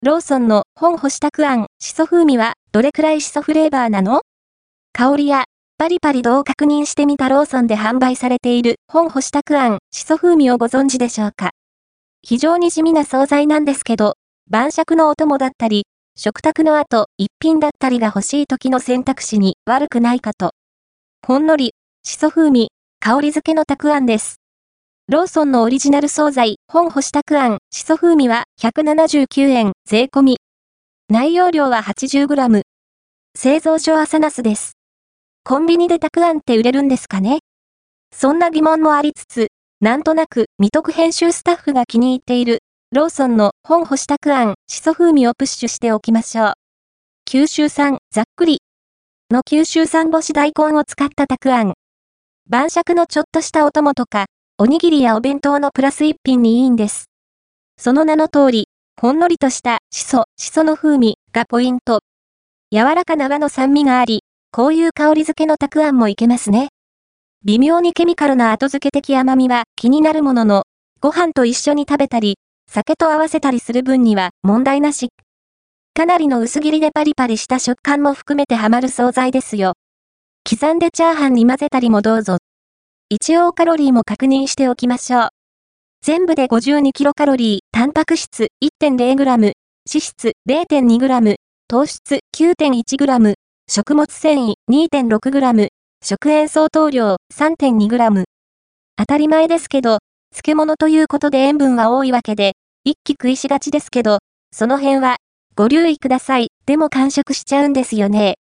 ローソンの本干したくあん、しそ風味はどれくらいしそフレーバーなの？香りやパリパリ度を確認してみたローソンで販売されている本干したくあん、しそ風味をご存知でしょうか？非常に地味な惣菜なんですけど、晩酌のお供だったり、食卓の後一品だったりが欲しい時の選択肢に悪くないかと。ほんのり、しそ風味、香り付けのたくあんです。ローソンのオリジナル惣菜、本干したくあん、しそ風味は179円、税込み。内容量は 80g。製造所朝ナスです。コンビニでたくあんって売れるんですかね？そんな疑問もありつつ、なんとなく未読編集スタッフが気に入っている、ローソンの本干したくあん、しそ風味をプッシュしておきましょう。九州産、ざっくりの九州産干し大根を使ったたくあん。晩酌のちょっとしたお供とか、おにぎりやお弁当のプラス一品にいいんです。その名の通り、ほんのりとしたしその風味がポイント。柔らかな和の酸味があり、こういう香り付けのたくあんもいけますね。微妙にケミカルな後付け的甘みは気になるものの、ご飯と一緒に食べたり、酒と合わせたりする分には問題なし。かなりの薄切りでパリパリした食感も含めてハマる惣菜ですよ。刻んでチャーハンに混ぜたりもどうぞ。一応カロリーも確認しておきましょう。全部で52キロカロリー、タンパク質 1.0g、脂質 0.2g、糖質 9.1g、食物繊維 2.6g、食塩相当量 3.2g。当たり前ですけど、漬物ということで塩分は多いわけで、一気食いしがちですけど、その辺は、ご留意ください。でも完食しちゃうんですよね。